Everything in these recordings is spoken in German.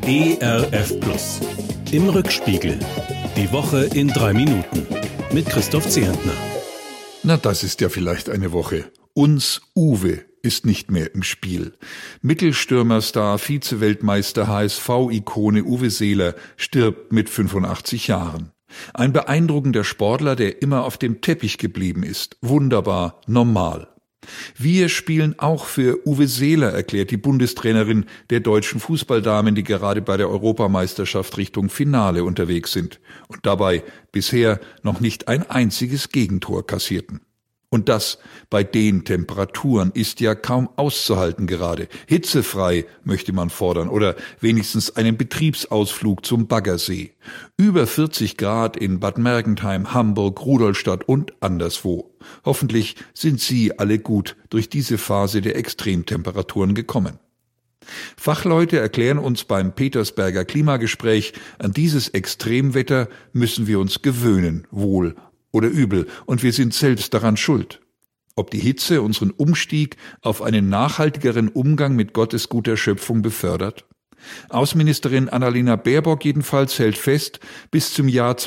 ERF Plus. Im Rückspiegel. Die Woche in 3 Minuten. Mit Christoph Zehentner. Na, das ist ja vielleicht eine Woche. Uns Uwe ist nicht mehr im Spiel. Mittelstürmerstar, Vize-Weltmeister, HSV-Ikone Uwe Seeler stirbt mit 85 Jahren. Ein beeindruckender Sportler, der immer auf dem Teppich geblieben ist. Wunderbar, normal. Wir spielen auch für Uwe Seeler, erklärt die Bundestrainerin der deutschen Fußballdamen, die gerade bei der Europameisterschaft Richtung Finale unterwegs sind und dabei bisher noch nicht ein einziges Gegentor kassierten. Und das bei den Temperaturen ist ja kaum auszuhalten gerade. Hitzefrei möchte man fordern oder wenigstens einen Betriebsausflug zum Baggersee. Über 40 Grad in Bad Mergentheim, Hamburg, Rudolstadt und anderswo. Hoffentlich sind Sie alle gut durch diese Phase der Extremtemperaturen gekommen. Fachleute erklären uns beim Petersberger Klimagespräch, an dieses Extremwetter müssen wir uns gewöhnen, wohl oder übel, und wir sind selbst daran schuld. Ob die Hitze unseren Umstieg auf einen nachhaltigeren Umgang mit Gottes guter Schöpfung befördert? Außenministerin Annalena Baerbock jedenfalls hält fest, bis zum Jahr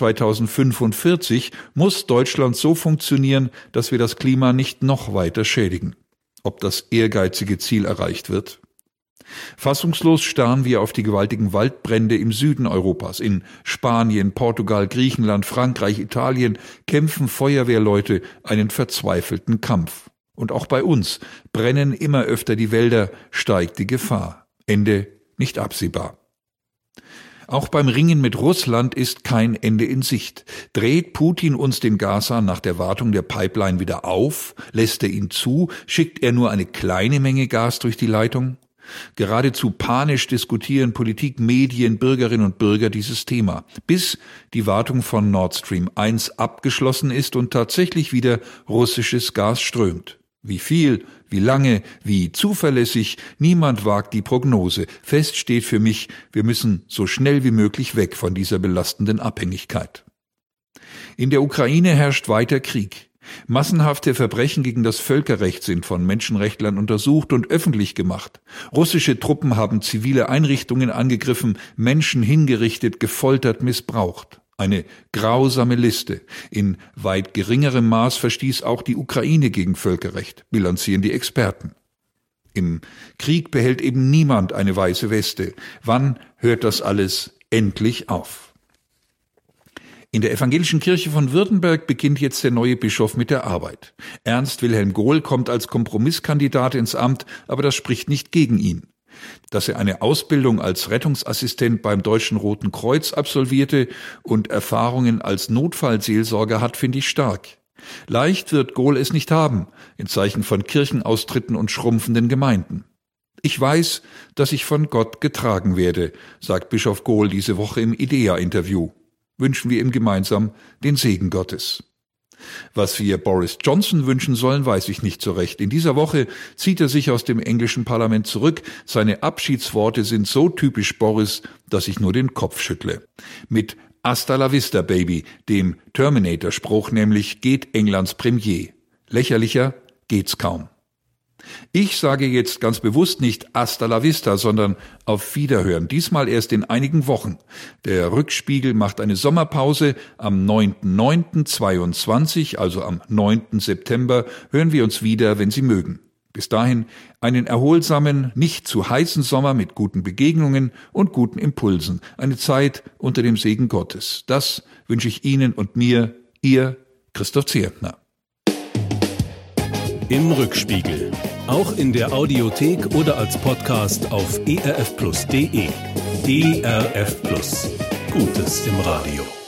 2045 muss Deutschland so funktionieren, dass wir das Klima nicht noch weiter schädigen. Ob das ehrgeizige Ziel erreicht wird? Fassungslos starren wir auf die gewaltigen Waldbrände im Süden Europas. In Spanien, Portugal, Griechenland, Frankreich, Italien kämpfen Feuerwehrleute einen verzweifelten Kampf. Und auch bei uns brennen immer öfter die Wälder, steigt die Gefahr. Ende nicht absehbar. Auch beim Ringen mit Russland ist kein Ende in Sicht. Dreht Putin uns den Gashahn nach der Wartung der Pipeline wieder auf? Lässt er ihn zu? Schickt er nur eine kleine Menge Gas durch die Leitung? Geradezu panisch diskutieren Politik, Medien, Bürgerinnen und Bürger dieses Thema, bis die Wartung von Nord Stream 1 abgeschlossen ist und tatsächlich wieder russisches Gas strömt. Wie viel, wie lange, wie zuverlässig, niemand wagt die Prognose. Fest steht für mich, wir müssen so schnell wie möglich weg von dieser belastenden Abhängigkeit. In der Ukraine herrscht weiter Krieg. Massenhafte Verbrechen gegen das Völkerrecht sind von Menschenrechtlern untersucht und öffentlich gemacht. Russische Truppen haben zivile Einrichtungen angegriffen, Menschen hingerichtet, gefoltert, missbraucht. Eine grausame Liste. In weit geringerem Maß verstieß auch die Ukraine gegen Völkerrecht, bilanzieren die Experten. Im Krieg behält eben niemand eine weiße Weste. Wann hört das alles endlich auf? In der evangelischen Kirche von Württemberg beginnt jetzt der neue Bischof mit der Arbeit. Ernst Wilhelm Gohl kommt als Kompromisskandidat ins Amt, aber das spricht nicht gegen ihn. Dass er eine Ausbildung als Rettungsassistent beim Deutschen Roten Kreuz absolvierte und Erfahrungen als Notfallseelsorger hat, finde ich stark. Leicht wird Gohl es nicht haben, in Zeichen von Kirchenaustritten und schrumpfenden Gemeinden. Ich weiß, dass ich von Gott getragen werde, sagt Bischof Gohl diese Woche im IDEA-Interview. Wünschen wir ihm gemeinsam den Segen Gottes. Was wir Boris Johnson wünschen sollen, weiß ich nicht so recht. In dieser Woche zieht er sich aus dem englischen Parlament zurück. Seine Abschiedsworte sind so typisch Boris, dass ich nur den Kopf schüttle. Mit Hasta la vista, Baby, dem Terminator-Spruch, nämlich geht Englands Premier. Lächerlicher geht's kaum. Ich sage jetzt ganz bewusst nicht Hasta la vista, sondern auf Wiederhören. Diesmal erst in einigen Wochen. Der Rückspiegel macht eine Sommerpause. Am 9.9.22, also am 9. September, hören wir uns wieder, wenn Sie mögen. Bis dahin einen erholsamen, nicht zu heißen Sommer mit guten Begegnungen und guten Impulsen. Eine Zeit unter dem Segen Gottes. Das wünsche ich Ihnen und mir, Ihr Christoph Zehentner. Im Rückspiegel. Auch in der Audiothek oder als Podcast auf erfplus.de. ERF Plus. Gutes im Radio.